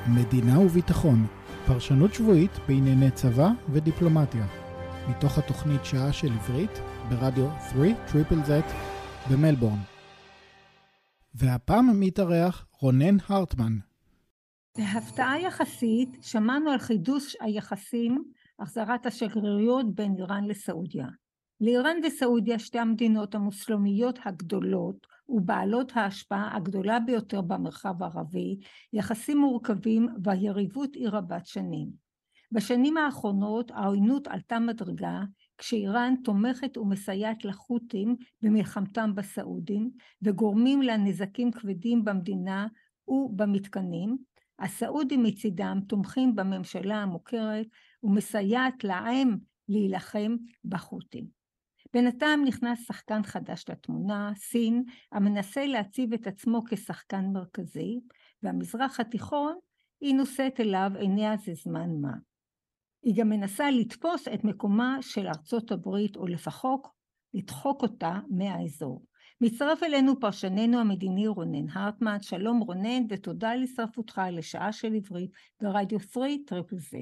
מדינה וביטחון, פרשנות שבועית בענייני צבא ודיפלומטיה. מתוך התוכנית שעה של עברית ברדיו 3ZZZ במלבורן. והפעם מתארח רונן הרטמן. בהפתעה יחסית שמענו על חידוש היחסים, החזרת השגרירויות בין איראן לסעודיה. לאיראן וסעודיה שתי המדינות המוסלמיות הגדולות ובעלות ההשפעה הגדולה ביותר במרחב הערבי, יחסים מורכבים והיריבות היא רבת שנים. בשנים האחרונות העוינות עלתה מדרגה כשאיראן תומכת ומסייעת לחות'ים במלחמתם בסעודים וגורמים לנזקים כבדים במדינה ובמתקנים. הסעודים מצידם תומכים בממשלה המוכרת ומסייעת להם להילחם בחות'ים. בינתיים נכנס שחקן חדש לתמונה, סין, המנסה להציב את עצמו כשחקן מרכזי, והמזרח התיכון היא נושאת אליו עיניה זה זמן מה. היא גם מנסה לתפוס את מקומה של ארצות הברית, או לפחות לדחוק אותה מהאזור. מצטרף אלינו פרשננו המדיני רונן הרטמן. שלום רונן, ותודה על הצטרפותך לשעה של עברית ברדיו 3ZZZ.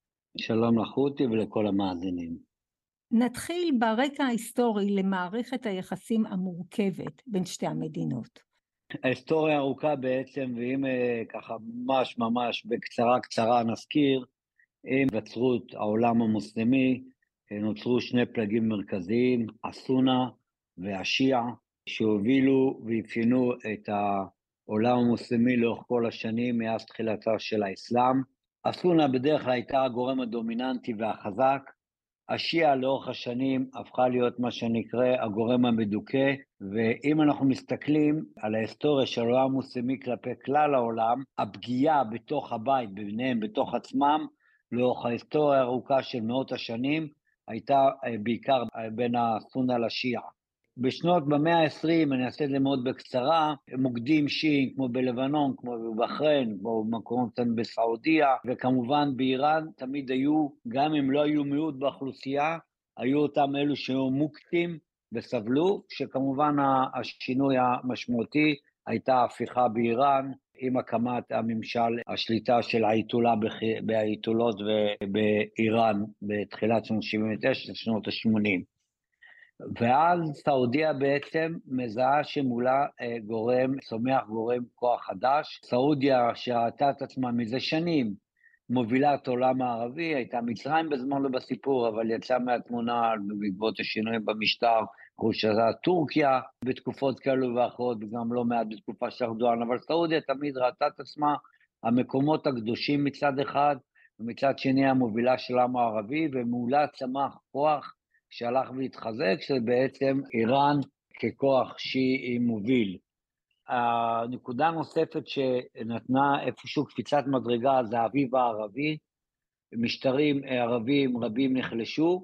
שלום לחותי ולכל המאזינים. נתחיל ברקע ההיסטורי למערכת היחסים המורכבת בין שתי המדינות. ההיסטוריה ארוכה בעצם, ואם ככה ממש בקצרה נזכיר, עם היווצרות העולם המוסלמי נוצרו שני פלגים מרכזיים, הסונה והשיעה, שהובילו ואפיינו את העולם המוסלמי לאורך כל השנים מאז תחילתה של האסלאם. הסונה בדרך כלל הייתה הגורם הדומיננטי והחזק, השיעה לאורך השנים הפכה להיות מה שנקרא הגורם המדוכא, ואם אנחנו מסתכלים על ההיסטוריה של העולם המוסלמי כלפי כלל העולם, הפגיעה בתוך הבית, ביניהם, בתוך עצמם, לאורך ההיסטוריה הארוכה של מאות השנים, הייתה בעיקר בין הסונה לשיעה. בשנות במאה ה-20, אני אעשה את זה מאוד בקצרה, מוקדים שיעים כמו בלבנון, כמו בבחריין, כמו במקומות בסעודיה, וכמובן באיראן תמיד היו, גם אם לא היו מיעוט באוכלוסייה, היו אותם אלו שהיו מוקטים וסבלו, שכמובן השינוי המשמעותי הייתה ההפיכה באיראן, עם הקמת הממשל, השליטה של האייתולות באיראן בתחילת שנות 79, שנות ה-80. ואז סעודיה בעצם מזהה שמולה צומח גורם כוח חדש. סעודיה שראתה את עצמה מזה שנים, מובילה את העולם הערבי, הייתה מצרים בזמן לא בסיפור, אבל יצאה מהתמונה בעקבות השינויים במשטר, כמו שהייתה טורקיה בתקופות כאלו ואחרות, וגם לא מעט בתקופה של ארדואן, אבל סעודיה תמיד ראתה את עצמה המקומות הקדושים מצד אחד, ומצד שני המובילה של העם הערבי, ומולה צמח כוח שהלך והתחזק, שבעצם איראן ככוח שיעי מוביל. הנקודה הנוספת שנתנה איפשהו קפיצת מדרגה זה האביב הערבי, משטרים ערבים רבים נחלשו,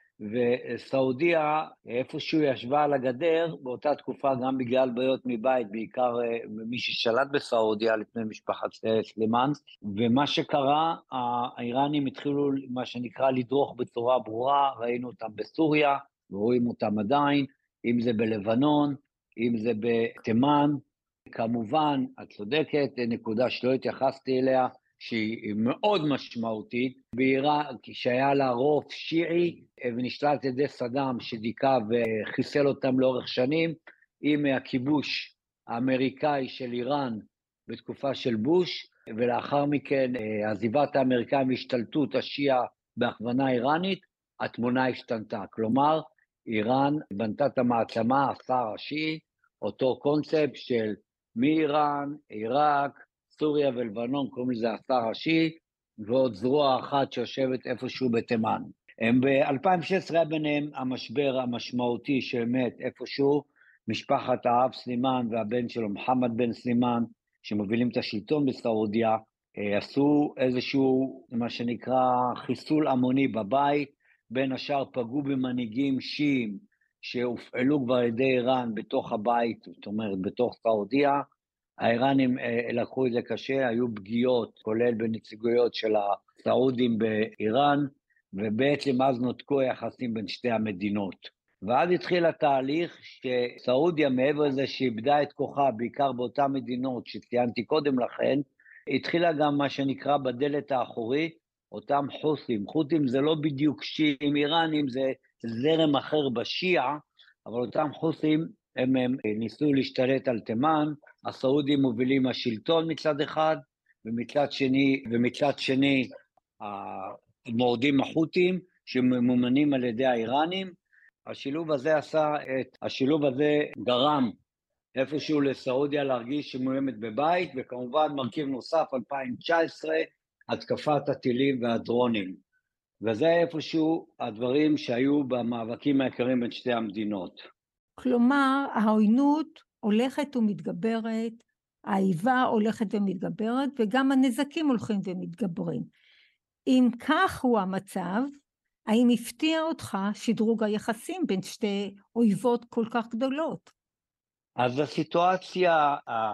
וסעודיה איפשהו ישבה על הגדר, באותה תקופה גם בגלל בעיות מבית, בעיקר מי ששלט בסעודיה לפני משפחת סלימאן, ומה שקרה, האיראנים התחילו מה שנקרא לדרוך בצורה ברורה, ראינו אותם בסוריה, ורואים אותם עדיין, אם זה בלבנון, אם זה בתימן, כמובן, את צודקת, נקודה שלא התייחסתי אליה, שהיא מאוד משמעותית, באיראן, כשהיה לה רוב שיעי, ונשלט ידי סדאם שדיכא וחיסל אותם לאורך שנים, עם הכיבוש האמריקאי של איראן בתקופה של בוש, ולאחר מכן עזיבת האמריקאים והשתלטות השיעה בהכוונה איראנית, התמונה השתנתה. כלומר, איראן בנתה את המעצמה, השר השיעי, אותו קונספט של מאיראן, עיראק, סוריה ולבנון, קוראים לזה השר השיעי, ועוד זרוע אחת שיושבת איפשהו בתימן. ב-2016 היה ביניהם המשבר המשמעותי שמת איפשהו, משפחת האב סלימאן והבן שלו מוחמד בן סלימאן, שמובילים את השלטון בסעודיה, עשו איזשהו מה שנקרא חיסול המוני בבית, בין השאר פגעו במנהיגים שיעים שהופעלו כבר על ידי איראן בתוך הבית, זאת אומרת בתוך סעודיה, האיראנים לקחו את זה קשה, היו פגיעות, כולל בנציגויות של הסעודים באיראן, ובעצם אז נותקו היחסים בין שתי המדינות. ואז התחיל התהליך שסעודיה מעבר לזה שאיבדה את כוחה, בעיקר באותן מדינות שציינתי קודם לכן, התחילה גם מה שנקרא בדלת האחורית, אותם חות'ים. חות'ים זה לא בדיוק שיעים איראנים, זה זרם אחר בשיעה, אבל אותם חות'ים הם ניסו להשתלט על תימן, הסעודים מובילים השלטון מצד אחד, ומצד שני המורדים החות'ים שממומנים על ידי האיראנים. השילוב הזה גרם איפשהו לסעודיה להרגיש שמאוימת בבית, וכמובן מרכיב נוסף 2019, התקפת הטילים והדרונים. וזה איפשהו הדברים שהיו במאבקים העיקריים בין שתי המדינות. כלומר, העוינות הולכת ומתגברת, האיבה הולכת ומתגברת, וגם הנזקים הולכים ומתגברים. אם כך הוא המצב, האם הפתיע אותך שדרוג היחסים בין שתי אויבות כל כך גדולות? אז הסיטואציה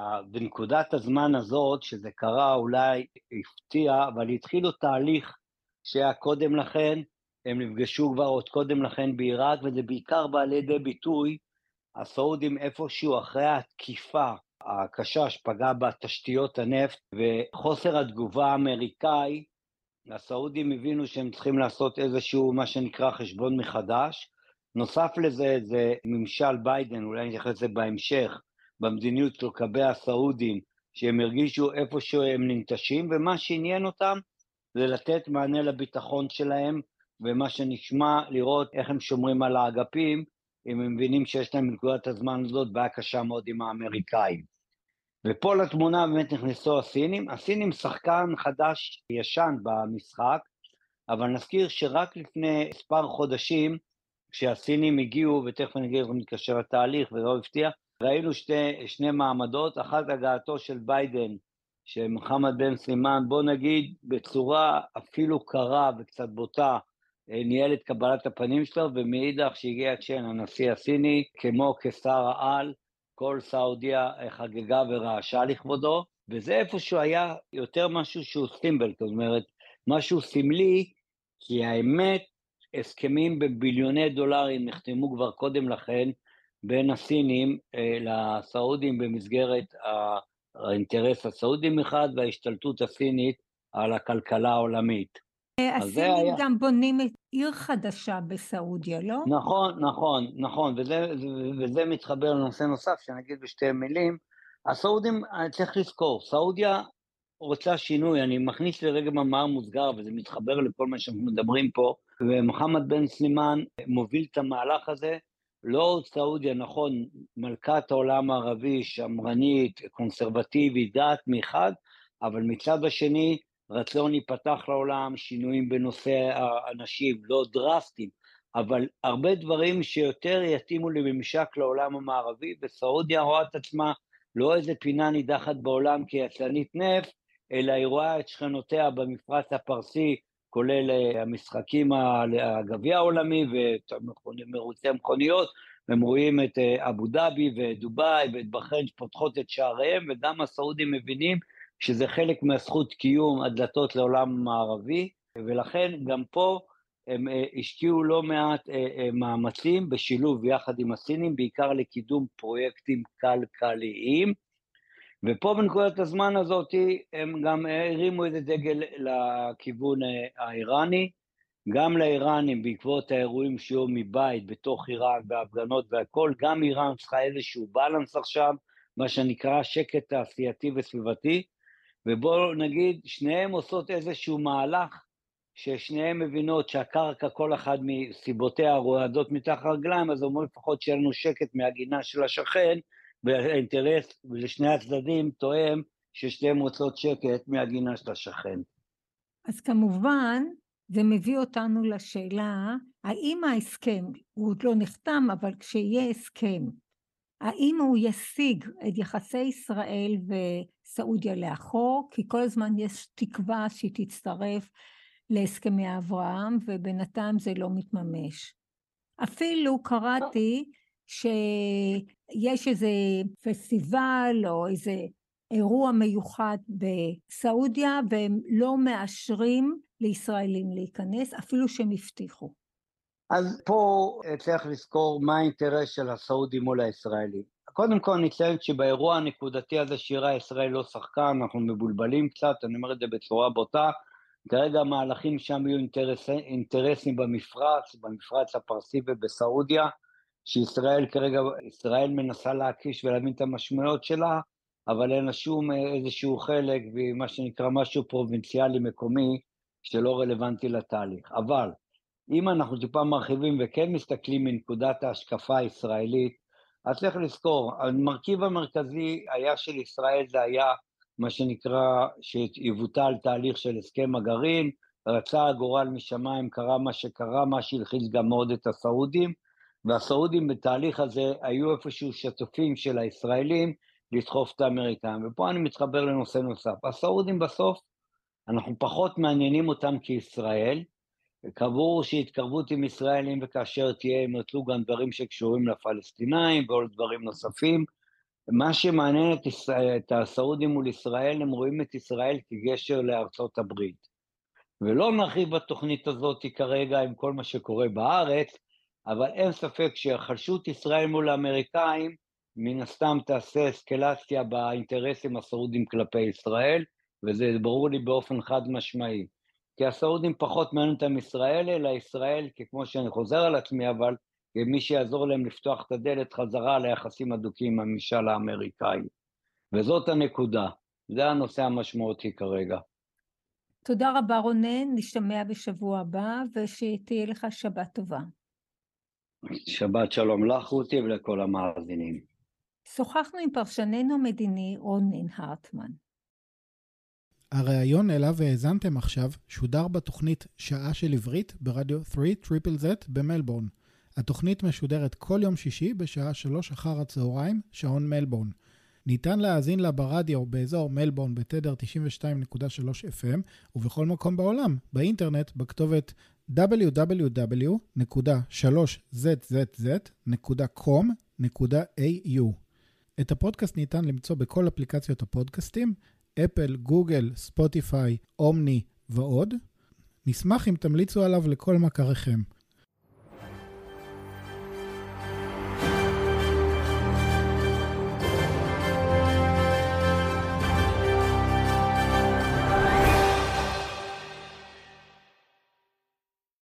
בנקודת הזמן הזאת, שזה קרה אולי הפתיע, אבל התחילו תהליך שהיה קודם לכן, הם נפגשו כבר עוד קודם לכן בעיראק, וזה בעיקר בא לידי ביטוי, הסעודים איפשהו אחרי התקיפה הקשה שפגעה בתשתיות הנפט, וחוסר התגובה האמריקאי, הסעודים הבינו שהם צריכים לעשות איזשהו מה שנקרא חשבון מחדש. נוסף לזה, זה ממשל ביידן, אולי נתייחס לזה בהמשך, במדיניות של כלפי הסעודים, שהם הרגישו איפשהו הם ננטשים, ומה שעניין אותם זה לתת מענה לביטחון שלהם, ומה שנשמע לראות איך הם שומרים על האגפים, אם הם מבינים שיש להם בנקודת הזמן הזאת בעיה קשה מאוד עם האמריקאים. ופה לתמונה באמת נכנסו הסינים. הסינים שחקן חדש ישן במשחק, אבל נזכיר שרק לפני מספר חודשים, כשהסינים הגיעו, ותכף אני אגיד איך מתקשר התהליך ולא הפתיע, ראינו שני מעמדות, אחת הגעתו של ביידן, שמוחמד בן סלימאן, בוא נגיד בצורה אפילו קרה וקצת בוטה, ניהל את קבלת הפנים שלו, ומאידך שהגיע צ'ן, הנשיא הסיני, כמו כשר העל, כל סעודיה חגגה ורעשה לכבודו, וזה איפשהו היה יותר משהו שהוא סימבל, זאת אומרת, משהו סמלי, כי האמת, הסכמים בביליוני דולרים נחתמו כבר קודם לכן, בין הסינים לסעודים במסגרת האינטרס הסעודי מחד, וההשתלטות הסינית על הכלכלה העולמית. הסינים גם בונים את עיר חדשה בסעודיה, לא? נכון, וזה מתחבר לנושא נוסף, שנגיד בשתי מילים. הסעודים, צריך לזכור, סעודיה רוצה שינוי, אני מכניס לרגע מאמר מוסגר, וזה מתחבר לכל מה שאנחנו מדברים פה, ומוחמד בן סלימאן מוביל את המהלך הזה, לא סעודיה, נכון, מלכת העולם הערבי, שמרנית, קונסרבטיבית, דעת מחד, אבל מצד השני, רצון להיפתח לעולם, שינויים בנושא האנשים, לא דרסטיים, אבל הרבה דברים שיותר יתאימו לממשק לעולם המערבי, וסעודיה רואה את עצמה לא איזה פינה נידחת בעולם כיצרנית נפט, אלא היא רואה את שכנותיה במפרץ הפרסי, כולל המשחקים הגביע העולמי ומרוצי המכוניות, הם רואים את אבו דאבי ודובאי ואת בחריין שפותחות את שעריהם, וגם הסעודים מבינים שזה חלק מהזכות קיום הדלתות לעולם המערבי, ולכן גם פה הם השקיעו לא מעט מאמצים בשילוב יחד עם הסינים, בעיקר לקידום פרויקטים כלכליים, ופה בנקודת הזמן הזאת הם גם הרימו איזה דגל לכיוון האיראני, גם לאיראנים בעקבות האירועים שהיו מבית בתוך איראן בהפגנות והכל, גם איראן צריכה איזשהו בלנס עכשיו, מה שנקרא שקט תעשייתי וסביבתי, ובואו נגיד שניהם עושות איזשהו מהלך, ששניהם מבינות שהקרקע כל אחד מסיבותיה רועדות מתחת הרגליים, אז אומרים לפחות שיהיה לנו שקט מהגינה של השכן, והאינטרס לשני הצדדים תואם ששניהם רוצות שקט מהגינה של השכן. אז כמובן זה מביא אותנו לשאלה, האם ההסכם, הוא עוד לא נחתם, אבל כשיהיה הסכם, האם הוא ישיג את יחסי ישראל וסעודיה לאחור, כי כל הזמן יש תקווה שהיא תצטרף להסכמי אברהם, ובינתיים זה לא מתממש. אפילו קראתי שיש איזה פסטיבל או איזה אירוע מיוחד בסעודיה, והם לא מאשרים לישראלים להיכנס, אפילו שהם הבטיחו. אז פה צריך לזכור מה האינטרס של הסעודים מול הישראלים. קודם כל נציין שבאירוע הנקודתי הזה שירה ישראל לא שחקן, אנחנו מבולבלים קצת, אני אומר את זה בצורה בוטה, כרגע המהלכים שם יהיו אינטרסים במפרץ הפרסי ובסעודיה, שישראל כרגע, ישראל מנסה להקיש ולהבין את המשמעויות שלה, אבל אין לה שום איזשהו חלק, ומה שנקרא משהו פרובינציאלי מקומי, שלא רלוונטי לתהליך. אבל אם אנחנו טיפה מרחיבים וכן מסתכלים מנקודת ההשקפה הישראלית, אז צריך לזכור, המרכיב המרכזי היה של ישראל, זה היה מה שנקרא שיבוטל תהליך של הסכם הגרעין, רצה הגורל משמיים, קרה מה שקרה, מה שהלחיץ גם מאוד את הסעודים, והסעודים בתהליך הזה היו איפשהו שותפים של הישראלים לדחוף את האמריקאים, ופה אני מתחבר לנושא נוסף. הסעודים בסוף, אנחנו פחות מעניינים אותם כישראל, קבור שהתקרבות עם ישראלים וכאשר תהיה, הם ירצו גם דברים שקשורים לפלסטינאים ועוד דברים נוספים. מה שמעניין את הסעודים מול ישראל, הם רואים את ישראל כגשר לארצות הברית. ולא נרחיב בתוכנית הזאת כרגע עם כל מה שקורה בארץ, אבל אין ספק שהחלשות ישראל מול האמריקאים, מן הסתם תעשה אסקלציה באינטרסים הסעודים כלפי ישראל, וזה ברור לי באופן חד משמעי. כי הסעודים פחות מעניין אותם ישראל, אלא ישראל, כמו שאני חוזר על עצמי, אבל מי שיעזור להם לפתוח את הדלת חזרה ליחסים הדוקים עם הממשל האמריקאי. וזאת הנקודה, זה הנושא המשמעותי כרגע. תודה רבה רונן, נשתמע בשבוע הבא, ושתהיה לך שבת טובה. שבת שלום לך רותי ולכל המאזינים. שוחחנו עם פרשננו המדיני רונן הרטמן. הראיון אליו האזנתם עכשיו שודר בתוכנית שעה של עברית ברדיו 3ZZZ במלבורן. התוכנית משודרת כל יום שישי בשעה 3 אחר הצהריים, שעון מלבורן. ניתן להאזין לה ברדיו באזור מלבורן בתדר 92.3 FM ובכל מקום בעולם, באינטרנט בכתובת www.3zzz.com.au. את הפודקאסט ניתן למצוא בכל אפליקציות הפודקאסטים, אפל, גוגל, ספוטיפיי, אומני ועוד. נשמח אם תמליצו עליו לכל מכריכם.